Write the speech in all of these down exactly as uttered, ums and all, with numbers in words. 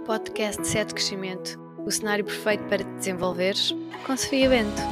podcast Sete Crescimento, o cenário perfeito para te desenvolveres, com Sofia Bento.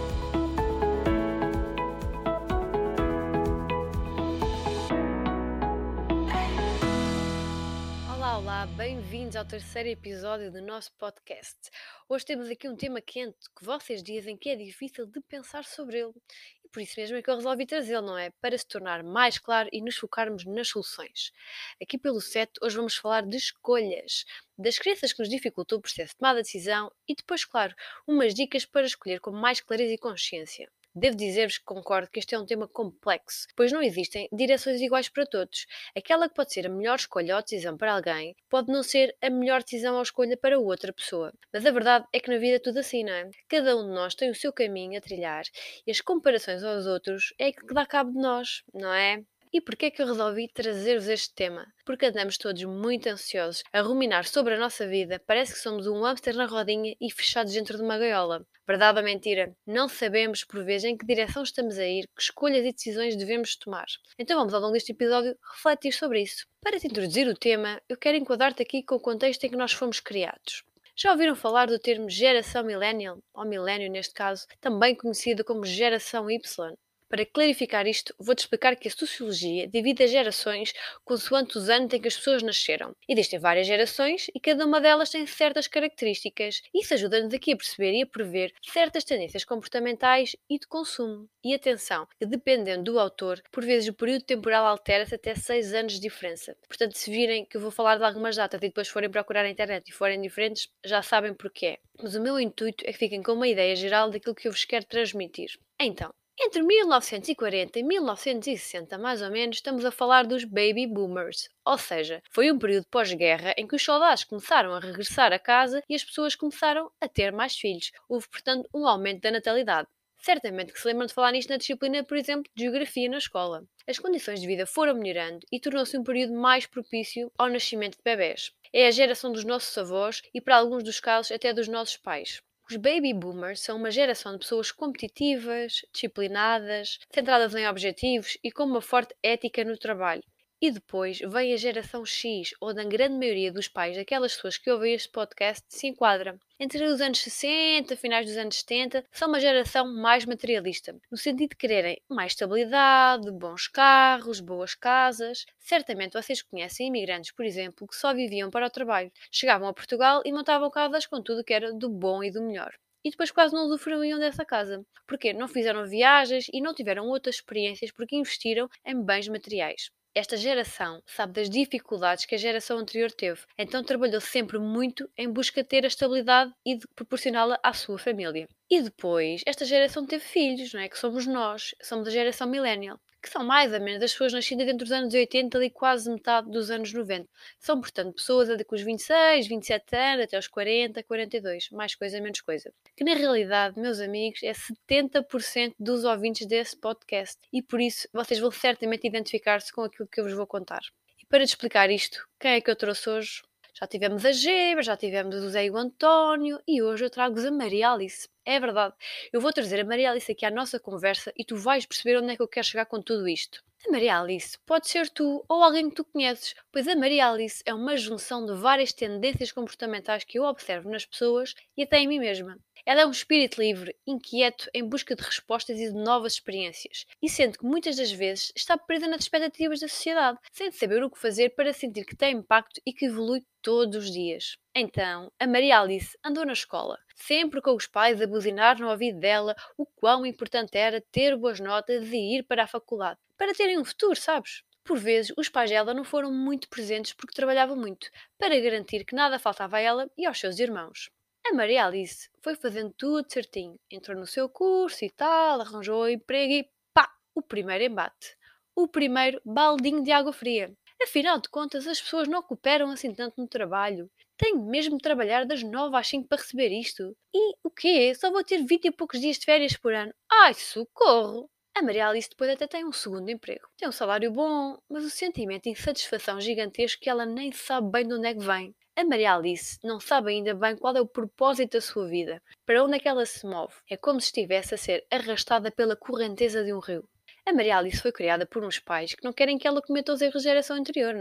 Olá, olá, bem-vindos ao terceiro episódio do nosso podcast. Hoje temos aqui um tema quente que vocês dizem que é difícil de pensar sobre ele. E por isso mesmo é que eu resolvi trazê-lo, não é? Para se tornar mais claro e nos focarmos nas soluções. Aqui pelo Sete, hoje vamos falar de escolhas, das crenças que nos dificultam o processo de tomada de decisão e depois, claro, umas dicas para escolher com mais clareza e consciência. Devo dizer-vos que concordo que este é um tema complexo, pois não existem direções iguais para todos. Aquela que pode ser a melhor escolha ou decisão para alguém, pode não ser a melhor decisão ou escolha para outra pessoa. Mas a verdade é que na vida é tudo assim, não é? Cada um de nós tem o seu caminho a trilhar e as comparações aos outros é aquilo que dá cabo de nós, não é? E porquê é que eu resolvi trazer-vos este tema? Porque andamos todos muito ansiosos a ruminar sobre a nossa vida, parece que somos um hamster na rodinha e fechados dentro de uma gaiola. Verdade ou mentira? Não sabemos, por vezes, em que direção estamos a ir, que escolhas e decisões devemos tomar. Então vamos, ao longo deste episódio, refletir sobre isso. Para te introduzir o tema, eu quero enquadrar-te aqui com o contexto em que nós fomos criados. Já ouviram falar do termo geração millennial, ou milénio neste caso, também conhecido como geração Y? Para clarificar isto, vou-te explicar que a sociologia divide as gerações consoante os anos em que as pessoas nasceram. Existem várias gerações e cada uma delas tem certas características. Isso ajuda-nos aqui a perceber e a prever certas tendências comportamentais e de consumo. E atenção, que dependendo do autor, por vezes o período temporal altera-se até seis anos de diferença. Portanto, se virem que eu vou falar de algumas datas e depois forem procurar na internet e forem diferentes, já sabem porquê. Mas o meu intuito é que fiquem com uma ideia geral daquilo que eu vos quero transmitir. Então, entre mil novecentos e quarenta e mil novecentos e sessenta, mais ou menos, estamos a falar dos Baby Boomers. Ou seja, foi um período pós-guerra em que os soldados começaram a regressar a casa e as pessoas começaram a ter mais filhos. Houve, portanto, um aumento da natalidade. Certamente que se lembram de falar nisto na disciplina, por exemplo, de Geografia na escola. As condições de vida foram melhorando e tornou-se um período mais propício ao nascimento de bebés. É a geração dos nossos avós e, para alguns dos casos, até dos nossos pais. Os Baby Boomers são uma geração de pessoas competitivas, disciplinadas, centradas em objetivos e com uma forte ética no trabalho. E depois vem a geração X, onde a grande maioria dos pais daquelas pessoas que ouvem este podcast se enquadra. Entre os anos sessenta e finais dos anos setenta, são uma geração mais materialista, no sentido de quererem mais estabilidade, bons carros, boas casas. Certamente vocês conhecem imigrantes, por exemplo, que só viviam para o trabalho. Chegavam a Portugal e montavam casas com tudo que era do bom e do melhor. E depois quase não usufruíam dessa casa. Porque não fizeram viagens e não tiveram outras experiências porque investiram em bens materiais. Esta geração sabe das dificuldades que a geração anterior teve, então trabalhou sempre muito em busca de ter a estabilidade e de proporcioná-la à sua família. E depois, esta geração teve filhos, não é? Que somos nós, somos a geração millennial, que são mais ou menos as pessoas nascidas entre os anos oitenta e quase metade dos anos noventa. São, portanto, pessoas ali com os vinte e seis, vinte e sete anos, até os quarenta, quarenta e dois, mais coisa, menos coisa. Que na realidade, meus amigos, é setenta por cento dos ouvintes desse podcast. E por isso, vocês vão certamente identificar-se com aquilo que eu vos vou contar. E para te explicar isto, quem é que eu trouxe hoje? Já tivemos a Geba, já tivemos o Zé e o António e hoje eu trago-vos a Maria Alice. É verdade, eu vou trazer a Maria Alice aqui à nossa conversa e tu vais perceber onde é que eu quero chegar com tudo isto. A Maria Alice pode ser tu ou alguém que tu conheces, pois a Maria Alice é uma junção de várias tendências comportamentais que eu observo nas pessoas e até em mim mesma. Ela é um espírito livre, inquieto, em busca de respostas e de novas experiências, e sente que muitas das vezes está presa nas expectativas da sociedade, sem saber o que fazer para sentir que tem impacto e que evolui todos os dias. Então, a Maria Alice andou na escola, sempre com os pais a buzinar no ouvido dela o quão importante era ter boas notas e ir para a faculdade, para terem um futuro, sabes? Por vezes, os pais dela não foram muito presentes porque trabalhavam muito, para garantir que nada faltava a ela e aos seus irmãos. A Maria Alice foi fazendo tudo certinho, entrou no seu curso e tal, arranjou o emprego e pá, o primeiro embate. O primeiro baldinho de água fria. Afinal de contas, as pessoas não cooperam assim tanto no trabalho. Tenho mesmo de trabalhar das nove às cinco para receber isto. E o quê? Só vou ter vinte e poucos dias de férias por ano. Ai, socorro! A Maria Alice depois até tem um segundo emprego. Tem um salário bom, mas o sentimento de insatisfação gigantesco que ela nem sabe bem de onde é que vem. A Maria Alice não sabe ainda bem qual é o propósito da sua vida, para onde é que ela se move. É como se estivesse a ser arrastada pela correnteza de um rio. A Maria Alice foi criada por uns pais que não querem que ela cometa os erros da geração anterior, não é?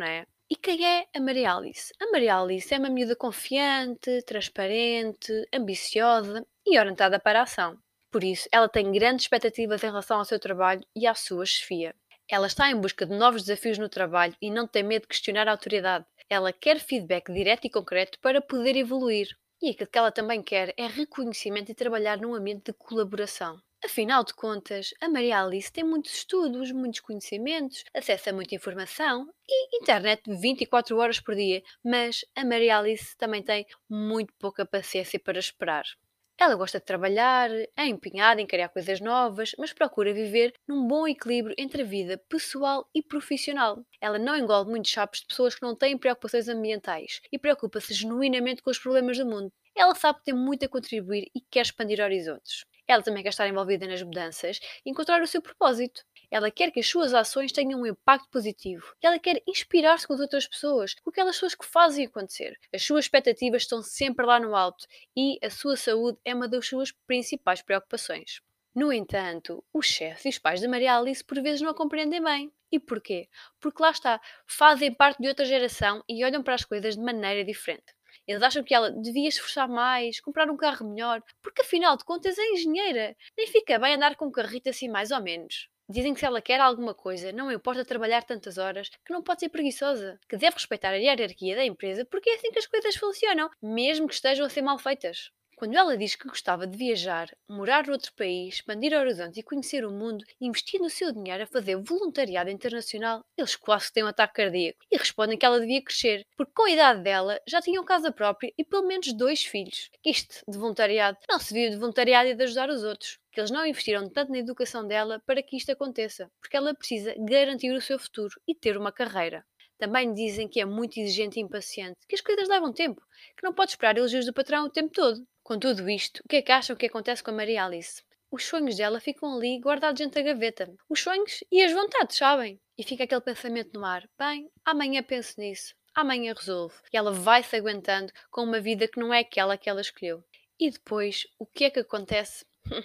E quem é a Maria Alice? A Maria Alice é uma miúda confiante, transparente, ambiciosa e orientada para a ação. Por isso, ela tem grandes expectativas em relação ao seu trabalho e à sua chefia. Ela está em busca de novos desafios no trabalho e não tem medo de questionar a autoridade. Ela quer feedback direto e concreto para poder evoluir. E aquilo que ela também quer é reconhecimento e trabalhar num ambiente de colaboração. Afinal de contas, a Maria Alice tem muitos estudos, muitos conhecimentos, acesso a muita informação e internet vinte e quatro horas por dia, mas a Maria Alice também tem muito pouca paciência para esperar. Ela gosta de trabalhar, é empenhada em criar coisas novas, mas procura viver num bom equilíbrio entre a vida pessoal e profissional. Ela não engole muitos chapos de pessoas que não têm preocupações ambientais e preocupa-se genuinamente com os problemas do mundo. Ela sabe que tem muito a contribuir e quer expandir horizontes. Ela também quer estar envolvida nas mudanças e encontrar o seu propósito. Ela quer que as suas ações tenham um impacto positivo. Ela quer inspirar-se com as outras pessoas, com aquelas pessoas que fazem acontecer. As suas expectativas estão sempre lá no alto e a sua saúde é uma das suas principais preocupações. No entanto, os chefes e os pais da Maria Alice por vezes não a compreendem bem. E porquê? Porque lá está, fazem parte de outra geração e olham para as coisas de maneira diferente. Eles acham que ela devia esforçar mais, comprar um carro melhor, porque afinal de contas é engenheira. Nem fica bem andar com um carrito assim mais ou menos. Dizem que se ela quer alguma coisa, não importa trabalhar tantas horas, que não pode ser preguiçosa, que deve respeitar a hierarquia da empresa porque é assim que as coisas funcionam, mesmo que estejam a ser mal feitas. Quando ela diz que gostava de viajar, morar noutro país, expandir horizontes e conhecer o mundo, investir no seu dinheiro a fazer voluntariado internacional, eles quase que têm um ataque cardíaco e respondem que ela devia crescer, porque com a idade dela já tinham casa própria e pelo menos dois filhos. Isto de voluntariado não se viu de voluntariado e de ajudar os outros. Que eles não investiram tanto na educação dela para que isto aconteça, porque ela precisa garantir o seu futuro e ter uma carreira. Também dizem que é muito exigente e impaciente, que as coisas levam tempo, que não pode esperar elogios do patrão o tempo todo. Com tudo isto, o que é que acham que acontece com a Maria Alice? Os sonhos dela ficam ali guardados dentro da gaveta. Os sonhos e as vontades, sabem? E fica aquele pensamento no ar. Bem, amanhã penso nisso. Amanhã resolvo. E ela vai-se aguentando com uma vida que não é aquela que ela escolheu. E depois, o que é que acontece?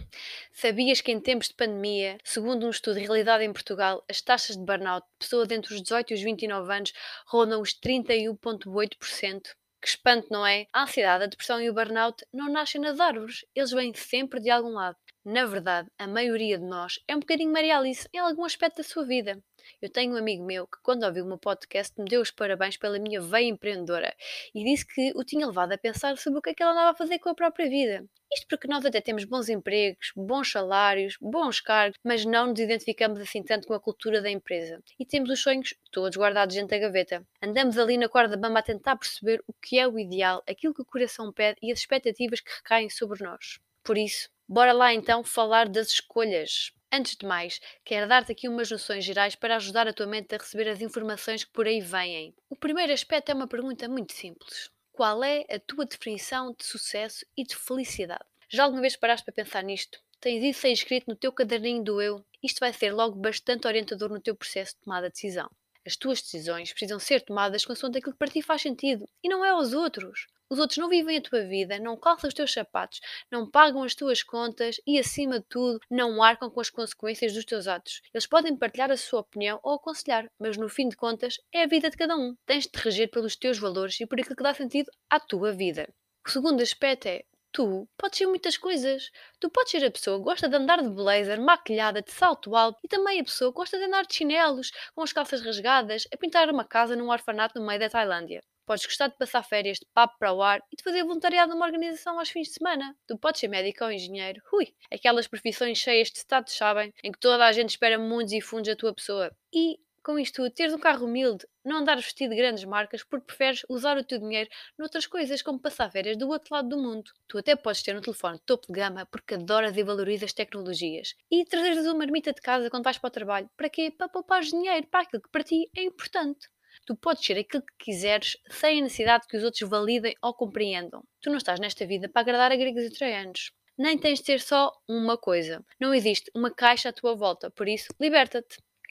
Sabias que em tempos de pandemia, segundo um estudo realizado em Portugal, as taxas de burnout de pessoas entre os dezoito e os vinte e nove anos rondam os trinta e um vírgula oito por cento? Que espanto, não é? A ansiedade, a depressão e o burnout não nascem nas árvores, eles vêm sempre de algum lado. Na verdade, a maioria de nós é um bocadinho Maria Alice em algum aspecto da sua vida. Eu tenho um amigo meu que, quando ouviu o meu podcast, me deu os parabéns pela minha veia empreendedora e disse que o tinha levado a pensar sobre o que é que ela andava a fazer com a própria vida. Isto porque nós até temos bons empregos, bons salários, bons cargos, mas não nos identificamos assim tanto com a cultura da empresa. E temos os sonhos todos guardados dentro da gaveta. Andamos ali na corda bamba a tentar perceber o que é o ideal, aquilo que o coração pede e as expectativas que recaem sobre nós. Por isso, bora lá então falar das escolhas. Antes de mais, quero dar-te aqui umas noções gerais para ajudar a tua mente a receber as informações que por aí vêm. O primeiro aspecto é uma pergunta muito simples. Qual é a tua definição de sucesso e de felicidade? Já alguma vez paraste para pensar nisto? Tens isso aí escrito no teu caderninho do eu? Isto vai ser logo bastante orientador no teu processo de tomada de decisão. As tuas decisões precisam ser tomadas consoante aquilo que para ti faz sentido e não é aos outros. Os outros não vivem a tua vida, não calçam os teus sapatos, não pagam as tuas contas e, acima de tudo, não arcam com as consequências dos teus atos. Eles podem partilhar a sua opinião ou aconselhar, mas no fim de contas é a vida de cada um. Tens de te reger pelos teus valores e por aquilo que dá sentido à tua vida. O segundo aspecto é: tu podes ser muitas coisas. Tu podes ser a pessoa que gosta de andar de blazer, maquilhada, de salto alto e também a pessoa que gosta de andar de chinelos, com as calças rasgadas, a pintar uma casa num orfanato no meio da Tailândia. Podes gostar de passar férias de papo para o ar e de fazer voluntariado numa organização aos fins de semana. Tu podes ser médico ou engenheiro. Ui, aquelas profissões cheias de status, sabem? Em que toda a gente espera mundos e fundos da tua pessoa. E, com isto tudo, teres um carro humilde, não andares vestido de grandes marcas porque preferes usar o teu dinheiro noutras coisas, como passar férias do outro lado do mundo. Tu até podes ter um telefone topo de gama porque adoras e valorizas tecnologias. E trazeres uma marmita de casa quando vais para o trabalho. Para quê? Para poupar dinheiro, para aquilo que para ti é importante. Tu podes ser aquilo que quiseres sem a necessidade que os outros validem ou compreendam. Tu não estás nesta vida para agradar a gregos e troianos. Nem tens de ser só uma coisa. Não existe uma caixa à tua volta, por isso, liberta-te. E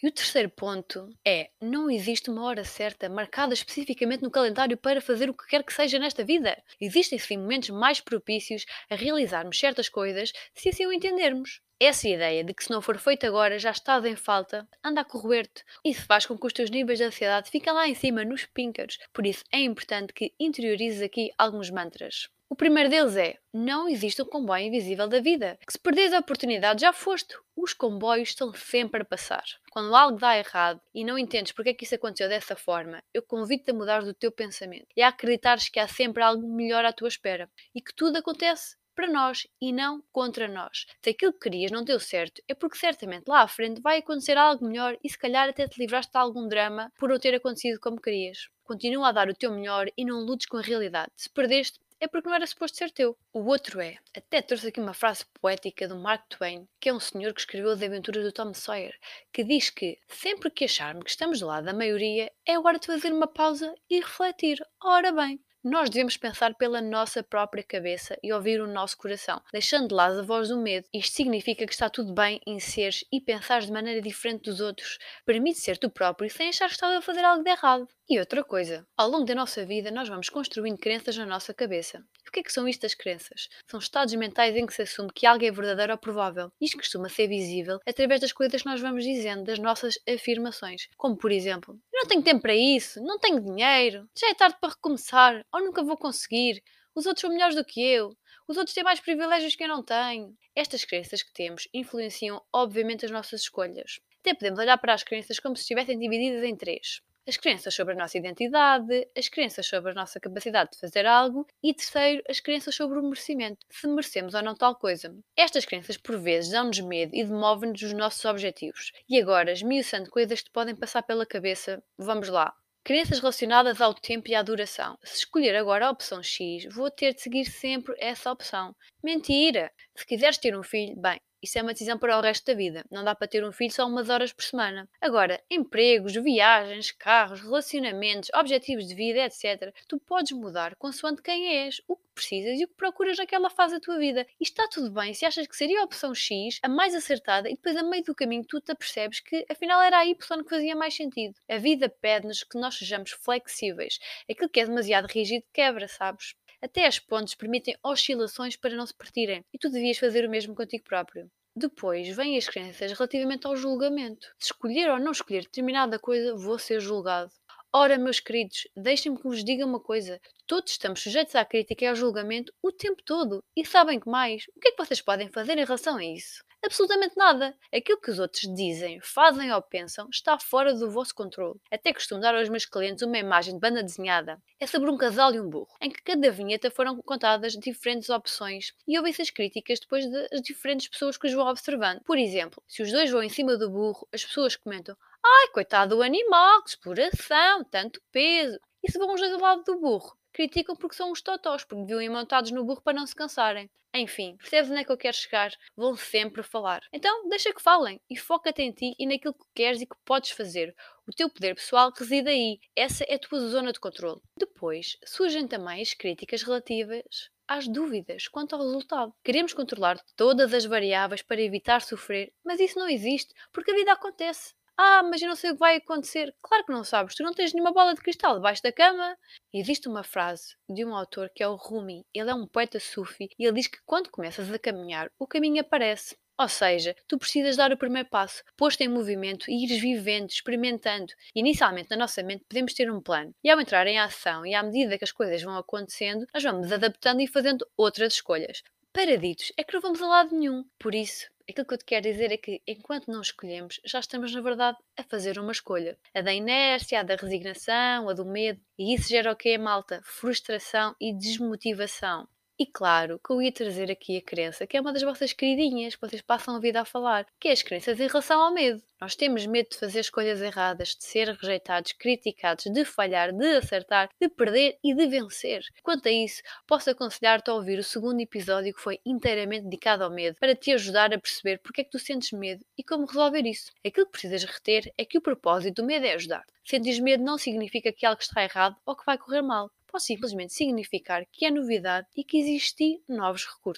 E o terceiro ponto é: não existe uma hora certa marcada especificamente no calendário para fazer o que quer que seja nesta vida. Existem sim momentos mais propícios a realizarmos certas coisas se assim o entendermos. Essa ideia de que se não for feito agora já estás em falta, anda a corroer-te. Isso faz com que os teus níveis de ansiedade fiquem lá em cima, nos píncaros. Por isso é importante que interiorizes aqui alguns mantras. O primeiro deles é: não existe um comboio invisível da vida. Que se perderes a oportunidade, já foste. Os comboios estão sempre a passar. Quando algo dá errado e não entendes porque é que isso aconteceu dessa forma, eu convido-te a mudar o teu pensamento e a acreditares que há sempre algo melhor à tua espera e que tudo acontece para nós e não contra nós. Se aquilo que querias não deu certo, é porque certamente lá à frente vai acontecer algo melhor e se calhar até te livraste de algum drama por não ter acontecido como querias. Continua a dar o teu melhor e não lutes com a realidade. Se perdeste, é porque não era suposto ser teu. O outro é, até trouxe aqui uma frase poética do Mark Twain, que é um senhor que escreveu As Aventuras do Tom Sawyer, que diz que sempre que acharmos que estamos do lado da maioria, é hora de fazer uma pausa e refletir. Ora bem, nós devemos pensar pela nossa própria cabeça e ouvir o nosso coração, deixando de lado a voz do medo. Isto significa que está tudo bem em seres e pensares de maneira diferente dos outros. Permite ser tu próprio sem achar que estás a fazer algo de errado. E outra coisa, ao longo da nossa vida nós vamos construindo crenças na nossa cabeça. E o que é que são estas crenças? São estados mentais em que se assume que algo é verdadeiro ou provável. Isto costuma ser visível através das coisas que nós vamos dizendo, das nossas afirmações. Como por exemplo: eu não tenho tempo para isso, não tenho dinheiro, já é tarde para recomeçar, ou nunca vou conseguir, os outros são melhores do que eu, os outros têm mais privilégios que eu não tenho. Estas crenças que temos influenciam obviamente as nossas escolhas. Até podemos olhar para as crenças como se estivessem divididas em três: as crenças sobre a nossa identidade, as crenças sobre a nossa capacidade de fazer algo e, terceiro, as crenças sobre o merecimento, se merecemos ou não tal coisa. Estas crenças, por vezes, dão-nos medo e demovem-nos dos nossos objetivos. E agora, esmiuçando coisas que te podem passar pela cabeça, vamos lá. Crenças relacionadas ao tempo e à duração. Se escolher agora a opção X, vou ter de seguir sempre essa opção. Mentira! Se quiseres ter um filho, bem, isso é uma decisão para o resto da vida. Não dá para ter um filho só umas horas por semana. Agora, empregos, viagens, carros, relacionamentos, objetivos de vida, etcétera. Tu podes mudar consoante quem és, o que precisas e o que procuras naquela fase da tua vida. E está tudo bem se achas que seria a opção X a mais acertada e depois a meio do caminho tu te apercebes que afinal era a Y que fazia mais sentido. A vida pede-nos que nós sejamos flexíveis. Aquilo que é demasiado rígido quebra, sabes? Até as pontes permitem oscilações para não se partirem, e tu devias fazer o mesmo contigo próprio. Depois vêm as crenças relativamente ao julgamento. Se escolher ou não escolher determinada coisa, vou ser julgado. Ora, meus queridos, deixem-me que vos diga uma coisa. Todos estamos sujeitos à crítica e ao julgamento o tempo todo. E sabem que mais? O que é que vocês podem fazer em relação a isso? Absolutamente nada. Aquilo que os outros dizem, fazem ou pensam está fora do vosso controle. Até costumo dar aos meus clientes uma imagem de banda desenhada. É sobre um casal e um burro, em que cada vinheta foram contadas diferentes opções e houve essas críticas depois das diferentes pessoas que os vão observando. Por exemplo, se os dois vão em cima do burro, as pessoas comentam: ai, coitado do animal, que exploração, tanto peso. E se vão os dois ao lado do burro? Criticam porque são uns totós, porque deviam ir montados no burro para não se cansarem. Enfim, percebes onde é que eu quero chegar? Vão sempre falar. Então, deixa que falem e foca-te em ti e naquilo que queres e que podes fazer. O teu poder pessoal reside aí. Essa é a tua zona de controle. Depois, surgem também as críticas relativas às dúvidas quanto ao resultado. Queremos controlar todas as variáveis para evitar sofrer, mas isso não existe, porque a vida acontece. Ah, mas eu não sei o que vai acontecer. Claro que não sabes, tu não tens nenhuma bola de cristal debaixo da cama. Existe uma frase de um autor que é o Rumi. Ele é um poeta sufi e ele diz que quando começas a caminhar, o caminho aparece. Ou seja, tu precisas dar o primeiro passo, posto em movimento e ires vivendo, experimentando. Inicialmente, na nossa mente, podemos ter um plano. E ao entrar em ação e à medida que as coisas vão acontecendo, nós vamos adaptando e fazendo outras escolhas. Paraditos é que não vamos a lado nenhum. Por isso, aquilo que eu te quero dizer é que, enquanto não escolhemos, já estamos, na verdade, a fazer uma escolha. A da inércia, a da resignação, a do medo. E isso gera o quê, malta? Frustração e desmotivação. E claro que eu ia trazer aqui a crença, que é uma das vossas queridinhas, que vocês passam a vida a falar, que é as crenças em relação ao medo. Nós temos medo de fazer escolhas erradas, de ser rejeitados, criticados, de falhar, de acertar, de perder e de vencer. Quanto a isso, posso aconselhar-te a ouvir o segundo episódio que foi inteiramente dedicado ao medo, para te ajudar a perceber porque é que tu sentes medo e como resolver isso. Aquilo que precisas reter é que o propósito do medo é ajudar. Sentir medo não significa que algo está errado ou que vai correr mal. Pode simplesmente significar que é novidade e que existem novos recursos.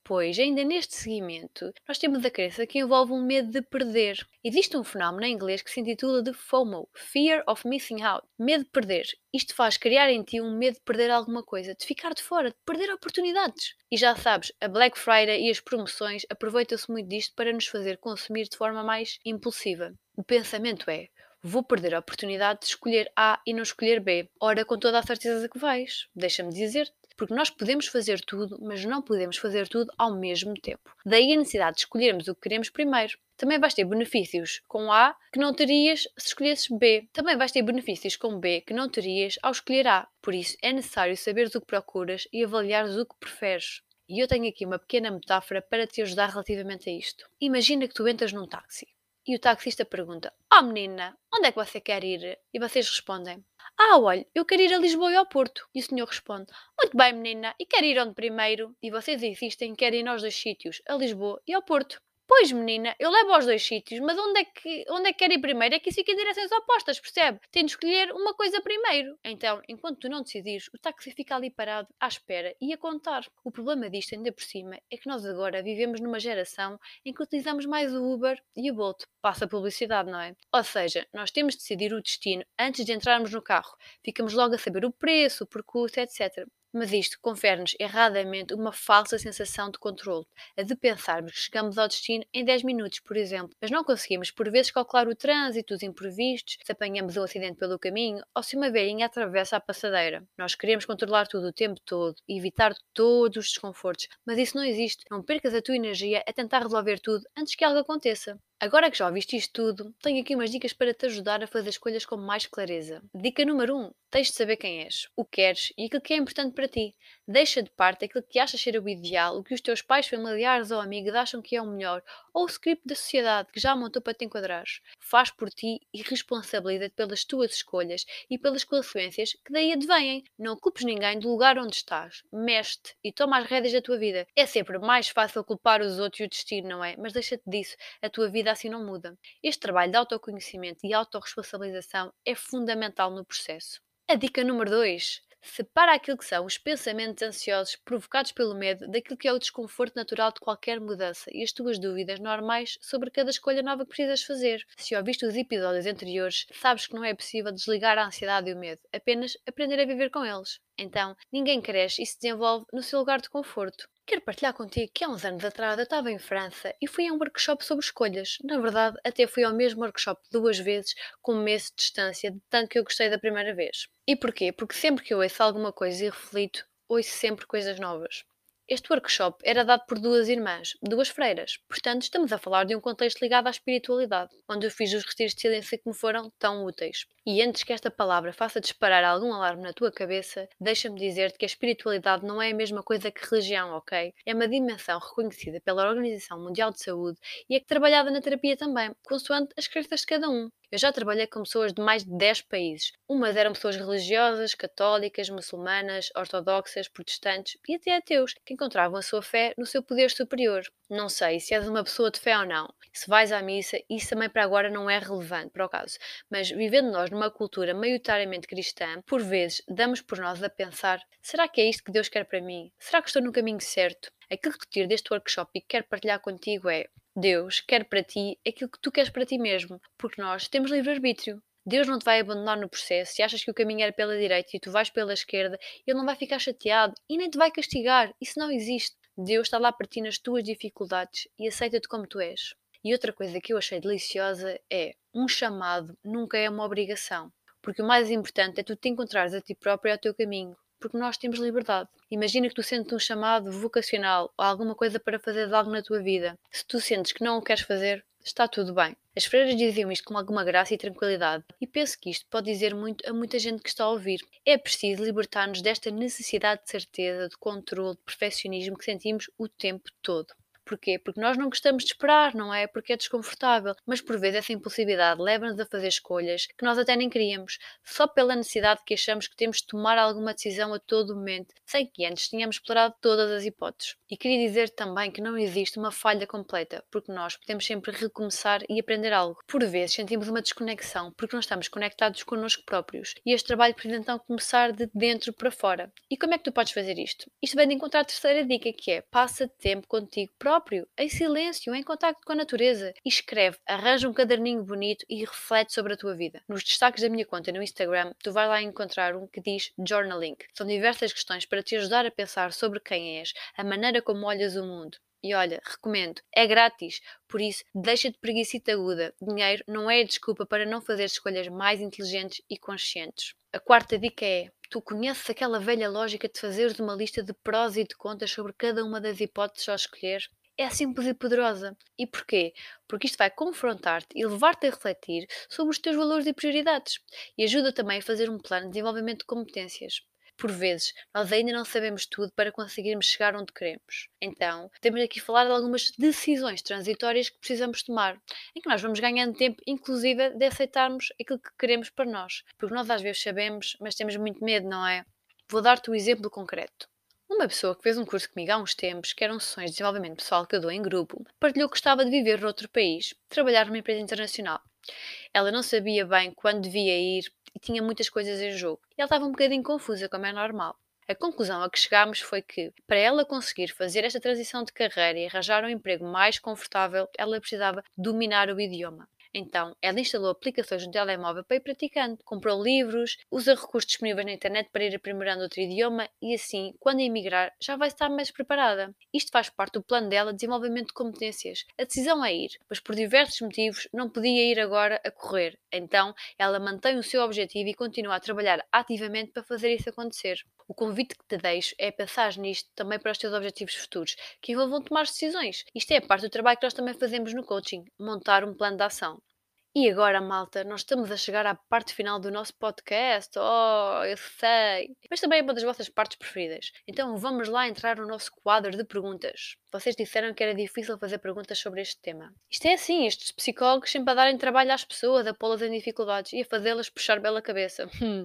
depois, ainda neste seguimento, nós temos a crença que envolve um medo de perder. Existe um fenómeno em inglês que se intitula de FOMO, Fear of Missing Out, medo de perder. Isto faz criar em ti um medo de perder alguma coisa, de ficar de fora, de perder oportunidades. E já sabes, a Black Friday e as promoções aproveitam-se muito disto para nos fazer consumir de forma mais impulsiva. O pensamento é: vou perder a oportunidade de escolher A e não escolher B. Ora, com toda a certeza que vais, deixa-me dizer-te. Porque nós podemos fazer tudo, mas não podemos fazer tudo ao mesmo tempo. Daí a necessidade de escolhermos o que queremos primeiro. Também vais ter benefícios com A que não terias se escolhesses B. Também vais ter benefícios com B que não terias ao escolher A. Por isso, é necessário saberes o que procuras e avaliares o que preferes. E eu tenho aqui uma pequena metáfora para te ajudar relativamente a isto. Imagina que tu entras num táxi e o taxista pergunta: "Oh menina, onde é que você quer ir?" E vocês respondem: "Ah, olha, eu quero ir a Lisboa e ao Porto." E o senhor responde: "Muito bem, menina, e quer ir onde primeiro?" E vocês insistem que querem ir aos dois sítios, a Lisboa e ao Porto. "Pois, menina, eu levo aos dois sítios, mas onde é que, onde é que quer ir primeiro? É que isso fica em direções opostas, percebe? Tem de escolher uma coisa primeiro." Então, enquanto tu não decidires, o táxi fica ali parado, à espera e a contar. O problema disto, ainda por cima, é que nós agora vivemos numa geração em que utilizamos mais o Uber e o Bolt. Passa a publicidade, não é? Ou seja, nós temos de decidir o destino antes de entrarmos no carro. Ficamos logo a saber o preço, o percurso, etcétera. Mas isto confere-nos erradamente uma falsa sensação de controle, a de pensarmos que chegamos ao destino em dez minutos, por exemplo, mas não conseguimos por vezes calcular o trânsito, os imprevistos, se apanhamos um acidente pelo caminho ou se uma velhinha atravessa a passadeira. Nós queremos controlar tudo o tempo todo e evitar todos os desconfortos, mas isso não existe. Não percas a tua energia a tentar resolver tudo antes que algo aconteça. Agora que já ouviste isto tudo, tenho aqui umas dicas para te ajudar a fazer escolhas com mais clareza. Dica número um: tens de saber quem és, o que queres e aquilo que é importante para ti. Deixa de parte aquilo que achas ser o ideal, o que os teus pais, familiares ou amigos acham que é o melhor, ou o script da sociedade que já montou para te enquadrares. Faz por ti e responsabiliza-te pelas tuas escolhas e pelas consequências que daí advêm. Não culpes ninguém do lugar onde estás. Mexe-te e toma as rédeas da tua vida. É sempre mais fácil culpar os outros e o destino, não é? Mas deixa-te disso, a tua vida assim não muda. Este trabalho de autoconhecimento e autorresponsabilização é fundamental no processo. A dica número dois: separa aquilo que são os pensamentos ansiosos provocados pelo medo daquilo que é o desconforto natural de qualquer mudança e as tuas dúvidas normais sobre cada escolha nova que precisas fazer. Se ouviste os episódios anteriores, sabes que não é possível desligar a ansiedade e o medo, apenas aprender a viver com eles. Então, ninguém cresce e se desenvolve no seu lugar de conforto. Quero partilhar contigo que há uns anos atrás eu estava em França e fui a um workshop sobre escolhas. Na verdade, até fui ao mesmo workshop duas vezes, com um mês de distância, de tanto que eu gostei da primeira vez. E porquê? Porque sempre que eu ouço alguma coisa e reflito, ouço sempre coisas novas. Este workshop era dado por duas irmãs, duas freiras, portanto estamos a falar de um contexto ligado à espiritualidade, onde eu fiz os retiros de silêncio que me foram tão úteis. E antes que esta palavra faça disparar algum alarme na tua cabeça, deixa-me dizer-te que a espiritualidade não é a mesma coisa que religião, ok? É uma dimensão reconhecida pela Organização Mundial de Saúde e é trabalhada na terapia também, consoante as crenças de cada um. Eu já trabalhei com pessoas de mais de dez países. Umas eram pessoas religiosas, católicas, muçulmanas, ortodoxas, protestantes e até ateus, que encontravam a sua fé no seu poder superior. Não sei se és uma pessoa de fé ou não, se vais à missa, isso também para agora não é relevante para o caso, mas vivendo nós numa cultura maioritariamente cristã, por vezes damos por nós a pensar: será que é isto que Deus quer para mim? Será que estou no caminho certo? Aquilo que tiro deste workshop e que quero partilhar contigo é: Deus quer para ti aquilo que tu queres para ti mesmo, porque nós temos livre-arbítrio. Deus não te vai abandonar no processo. Se achas que o caminho era pela direita e tu vais pela esquerda, Ele não vai ficar chateado e nem te vai castigar. Isso não existe. Deus está lá para ti nas tuas dificuldades e aceita-te como tu és. E outra coisa que eu achei deliciosa é: um chamado nunca é uma obrigação, porque o mais importante é tu te encontrares a ti próprio e ao teu caminho, porque nós temos liberdade. Imagina que tu sentes um chamado vocacional ou alguma coisa para fazer algo na tua vida. Se tu sentes que não o queres fazer, está tudo bem. As freiras diziam isto com alguma graça e tranquilidade, e penso que isto pode dizer muito a muita gente que está a ouvir. É preciso libertar-nos desta necessidade de certeza, de controle, de perfeccionismo que sentimos o tempo todo. Porquê? Porque nós não gostamos de esperar, não é? Porque é desconfortável. Mas por vezes essa impulsividade leva-nos a fazer escolhas que nós até nem queríamos, só pela necessidade que achamos que temos de tomar alguma decisão a todo momento, sem que antes tenhamos explorado todas as hipóteses. E queria dizer também que não existe uma falha completa, porque nós podemos sempre recomeçar e aprender algo. Por vezes sentimos uma desconexão, porque não estamos conectados connosco próprios, e este trabalho precisa então começar de dentro para fora. E como é que tu podes fazer isto? Isto vem de encontrar a terceira dica, que é: passa tempo contigo próprio, em silêncio, em contacto com a natureza, e escreve, arranja um caderninho bonito e reflete sobre a tua vida. Nos destaques da minha conta no Instagram, tu vais lá encontrar um que diz Journaling. São diversas questões para te ajudar a pensar sobre quem és, a maneira como olhas o mundo. E olha, recomendo, é grátis, por isso deixa de preguicita aguda. Dinheiro não é a desculpa para não fazer escolhas mais inteligentes e conscientes. A quarta dica é: tu conheces aquela velha lógica de fazeres uma lista de prós e de contras sobre cada uma das hipóteses ao escolher? É simples e poderosa. E porquê? Porque isto vai confrontar-te e levar-te a refletir sobre os teus valores e prioridades. E ajuda também a fazer um plano de desenvolvimento de competências. Por vezes, nós ainda não sabemos tudo para conseguirmos chegar onde queremos. Então, temos aqui a falar de algumas decisões transitórias que precisamos tomar, em que nós vamos ganhando tempo, inclusive, de aceitarmos aquilo que queremos para nós. Porque nós às vezes sabemos, mas temos muito medo, não é? Vou dar-te um exemplo concreto. Uma pessoa que fez um curso comigo há uns tempos, que eram sessões de desenvolvimento pessoal que eu dou em grupo, partilhou que gostava de viver noutro país, trabalhar numa empresa internacional. Ela não sabia bem quando devia ir e tinha muitas coisas em jogo. E ela estava um bocadinho confusa, como é normal. A conclusão a que chegámos foi que, para ela conseguir fazer esta transição de carreira e arranjar um emprego mais confortável, ela precisava dominar o idioma. Então, ela instalou aplicações no telemóvel para ir praticando, comprou livros, usa recursos disponíveis na internet para ir aprimorando outro idioma e assim, quando emigrar, já vai estar mais preparada. Isto faz parte do plano dela de desenvolvimento de competências. A decisão é ir, mas por diversos motivos não podia ir agora a correr. Então, ela mantém o seu objetivo e continua a trabalhar ativamente para fazer isso acontecer. O convite que te deixo é pensar nisto também para os teus objetivos futuros, que envolvam tomar decisões. Isto é a parte do trabalho que nós também fazemos no coaching, montar um plano de ação. E agora, malta, nós estamos a chegar à parte final do nosso podcast. Oh, eu sei! Mas também é uma das vossas partes preferidas. Então vamos lá entrar no nosso quadro de perguntas. Vocês disseram que era difícil fazer perguntas sobre este tema. Isto é assim, estes psicólogos sempre a darem trabalho às pessoas, a pô-las em dificuldades e a fazê-las puxar pela cabeça.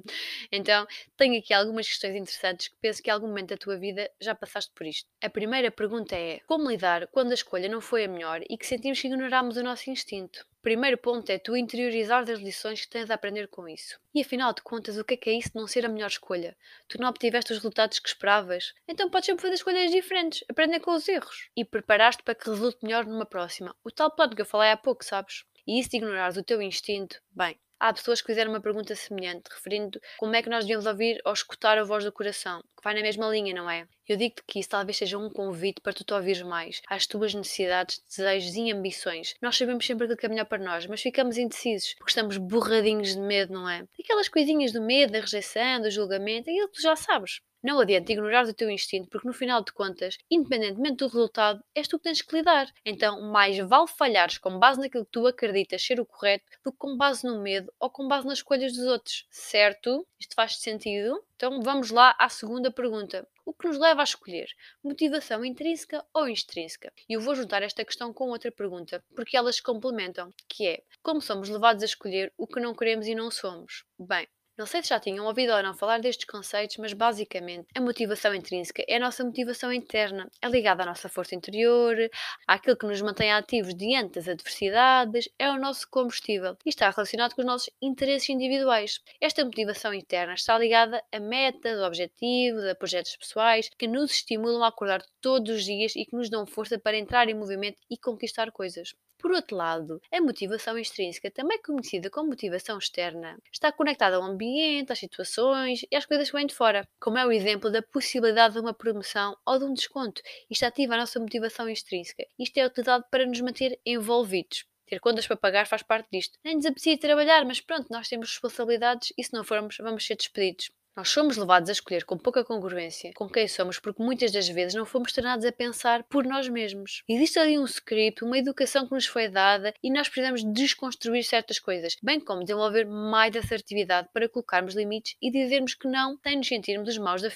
Então, tenho aqui algumas questões interessantes que penso que em algum momento da tua vida já passaste por isto. A primeira pergunta é: como lidar quando a escolha não foi a melhor e que sentimos que ignorámos o nosso instinto? O primeiro ponto é tu interiorizar as lições que tens a aprender com isso. E afinal de contas, o que é que é isso de não ser a melhor escolha? Tu não obtiveste os resultados que esperavas? Então podes sempre fazer escolhas diferentes, aprender com os erros e preparar-te para que resulte melhor numa próxima. O tal plano que eu falei há pouco, sabes? E isso de ignorares o teu instinto, bem, há pessoas que fizeram uma pergunta semelhante, referindo como é que nós devíamos ouvir ou escutar a voz do coração, que vai na mesma linha, não é? Eu digo-te que isso talvez seja um convite para tu te ouvires mais, às tuas necessidades, desejos e ambições. Nós sabemos sempre aquilo que é melhor para nós, mas ficamos indecisos, porque estamos borradinhos de medo, não é? Aquelas coisinhas do medo, da rejeição, do julgamento, aquilo que tu já sabes. Não adianta ignorar o teu instinto, porque no final de contas, independentemente do resultado, és tu que tens que lidar. Então, mais vale falhares com base naquilo que tu acreditas ser o correto do que com base no medo ou com base nas escolhas dos outros. Certo? Isto faz sentido? Então, vamos lá à segunda pergunta. O que nos leva a escolher? Motivação intrínseca ou extrínseca? E eu vou juntar esta questão com outra pergunta, porque elas se complementam, que é: como somos levados a escolher o que não queremos e não somos? Bem, não sei se já tinham ouvido ou não falar destes conceitos, mas basicamente a motivação intrínseca é a nossa motivação interna, é ligada à nossa força interior, àquilo que nos mantém ativos diante das adversidades, é o nosso combustível e está relacionado com os nossos interesses individuais. Esta motivação interna está ligada a metas, objetivos, a projetos pessoais que nos estimulam a acordar todos os dias e que nos dão força para entrar em movimento e conquistar coisas. Por outro lado, a motivação extrínseca, também conhecida como motivação externa, está conectada ao ambiente, às situações e às coisas que vêm de fora, como é o exemplo da possibilidade de uma promoção ou de um desconto. Isto ativa a nossa motivação extrínseca. Isto é utilizado para nos manter envolvidos. Ter contas para pagar faz parte disto. Nem nos apetecia trabalhar, mas pronto, nós temos responsabilidades e se não formos, vamos ser despedidos. Nós somos levados a escolher com pouca congruência com quem somos porque muitas das vezes não fomos treinados a pensar por nós mesmos. Existe ali um script, uma educação que nos foi dada e nós precisamos desconstruir certas coisas, bem como desenvolver mais assertividade para colocarmos limites e dizermos que não sem nos sentirmos os maus da fita.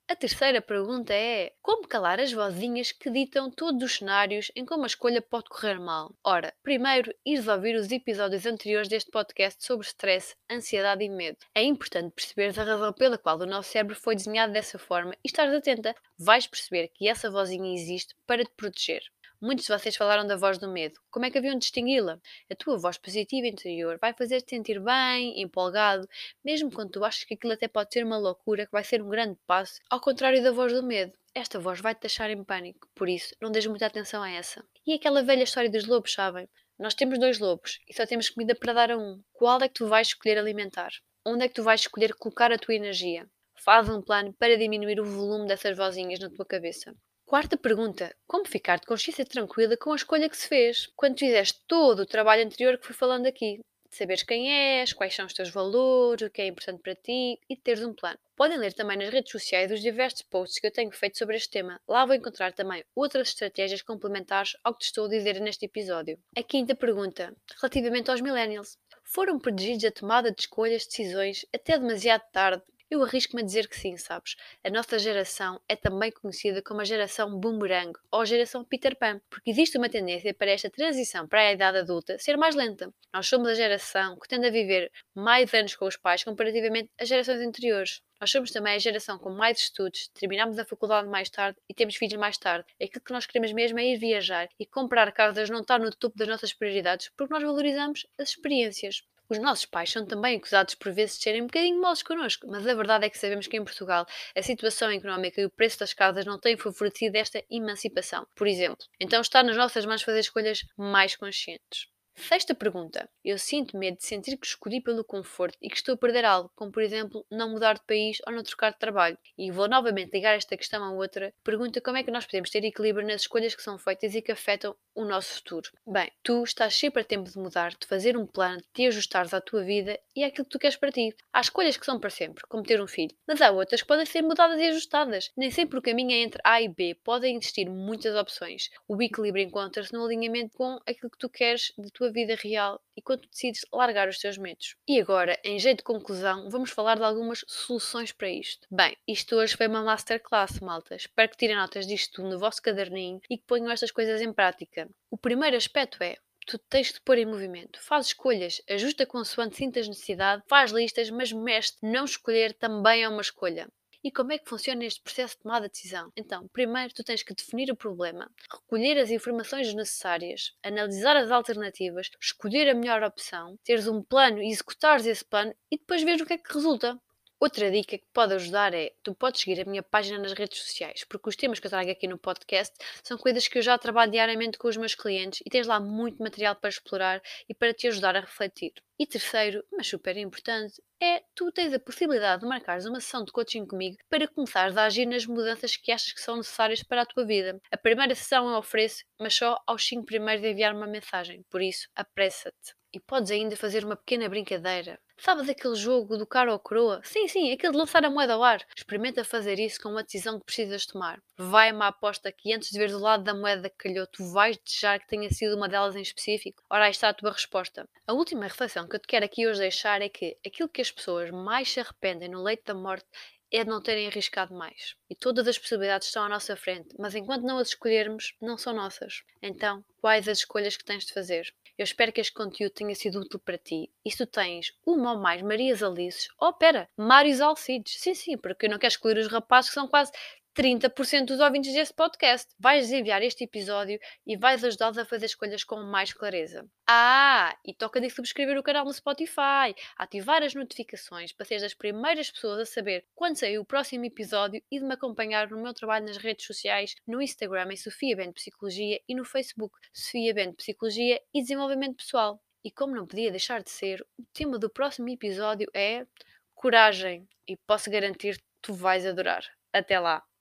A terceira pergunta é: como calar as vozinhas que ditam todos os cenários em como a escolha pode correr mal? Ora, primeiro, ires ouvir os episódios anteriores deste podcast sobre stress, ansiedade e medo. É importante perceberes a razão pela qual o nosso cérebro foi desenhado dessa forma e estares atenta. Vais perceber que essa vozinha existe para te proteger. Muitos de vocês falaram da voz do medo. Como é que haviam de distingui-la? A tua voz positiva interior vai fazer-te sentir bem, empolgado, mesmo quando tu achas que aquilo até pode ser uma loucura, que vai ser um grande passo, ao contrário da voz do medo. Esta voz vai-te deixar em pânico, por isso não dês muita atenção a essa. E aquela velha história dos lobos, sabem? Nós temos dois lobos e só temos comida para dar a um. Qual é que tu vais escolher alimentar? Onde é que tu vais escolher colocar a tua energia? Faz um plano para diminuir o volume dessas vozinhas na tua cabeça. Quarta pergunta: como ficar de consciência tranquila com a escolha que se fez? Quando fizeste todo o trabalho anterior que fui falando aqui, de saberes quem és, quais são os teus valores, o que é importante para ti e de teres um plano. Podem ler também nas redes sociais os diversos posts que eu tenho feito sobre este tema. Lá vou encontrar também outras estratégias complementares ao que te estou a dizer neste episódio. A quinta pergunta, relativamente aos millennials. Foram protegidos da tomada de escolhas, decisões, até demasiado tarde? Eu arrisco-me a dizer que sim, sabes? A nossa geração é também conhecida como a geração boomerang ou a geração Peter Pan, porque existe uma tendência para esta transição para a idade adulta ser mais lenta. Nós somos a geração que tende a viver mais anos com os pais comparativamente às gerações anteriores. Nós somos também a geração com mais estudos, terminamos a faculdade mais tarde e temos filhos mais tarde. Aquilo que nós queremos mesmo é ir viajar e comprar casas não está no topo das nossas prioridades porque nós valorizamos as experiências. Os nossos pais são também acusados por vezes de serem um bocadinho moles connosco, mas a verdade é que sabemos que em Portugal a situação económica e o preço das casas não têm favorecido esta emancipação, por exemplo. Então está nas nossas mãos fazer escolhas mais conscientes. Sexta pergunta. Eu sinto medo de sentir que escolhi pelo conforto e que estou a perder algo, como por exemplo não mudar de país ou não trocar de trabalho. E vou novamente ligar esta questão a outra. Pergunta como é que nós podemos ter equilíbrio nas escolhas que são feitas e que afetam o nosso futuro. Bem, tu estás sempre a tempo de mudar, de fazer um plano, de te ajustares à tua vida e àquilo que tu queres para ti. Há escolhas que são para sempre, como ter um filho, mas há outras que podem ser mudadas e ajustadas. Nem sempre o caminho é entre A e B, podem existir muitas opções. O equilíbrio encontra-se no alinhamento com aquilo que tu queres de tua vida real e quando tu decides largar os teus medos. E agora, em jeito de conclusão, vamos falar de algumas soluções para isto. Bem, isto hoje foi uma masterclass, malta. Espero que tirem notas disto tudo no vosso caderninho e que ponham estas coisas em prática. O primeiro aspecto é: tu tens de pôr em movimento. Faz escolhas, ajusta consoante sintas necessidade, faz listas, mas mestre, não escolher também é uma escolha. E como é que funciona este processo de tomada de decisão? Então, primeiro tu tens que definir o problema, recolher as informações necessárias, analisar as alternativas, escolher a melhor opção, teres um plano e executares esse plano e depois ver o que é que resulta. Outra dica que pode ajudar é, tu podes seguir a minha página nas redes sociais, porque os temas que eu trago aqui no podcast são coisas que eu já trabalho diariamente com os meus clientes e tens lá muito material para explorar e para te ajudar a refletir. E terceiro, mas super importante, é tu tens a possibilidade de marcares uma sessão de coaching comigo para começares a agir nas mudanças que achas que são necessárias para a tua vida. A primeira sessão eu ofereço, mas só aos cinco primeiros de enviar uma mensagem, por isso apressa-te. E podes ainda fazer uma pequena brincadeira. Sabes aquele jogo do cara ou coroa? Sim, sim, aquele de lançar a moeda ao ar. Experimenta fazer isso com uma decisão que precisas tomar. Vai uma aposta que antes de veres o lado da moeda que calhou, tu vais desejar que tenha sido uma delas em específico? Ora, aí está a tua resposta. A última reflexão que eu te quero aqui hoje deixar é que aquilo que as pessoas mais se arrependem no leito da morte é de não terem arriscado mais. E todas as possibilidades estão à nossa frente, mas enquanto não as escolhermos, não são nossas. Então, quais as escolhas que tens de fazer? Eu espero que este conteúdo tenha sido útil para ti. E se tu tens uma ou mais Marias Alices, oh pera, Mários Alcides, sim, sim, porque eu não quero excluir os rapazes que são quase trinta por cento dos ouvintes deste podcast. Vais enviar este episódio e vais ajudá-los a fazer escolhas com mais clareza. Ah, e toca de subscrever o canal no Spotify, ativar as notificações para seres das primeiras pessoas a saber quando sair o próximo episódio e de me acompanhar no meu trabalho nas redes sociais, no Instagram em Sofia Bento Psicologia e no Facebook Sofia Bento Psicologia e Desenvolvimento Pessoal. E como não podia deixar de ser, o tema do próximo episódio é coragem e posso garantir que tu vais adorar. Até lá!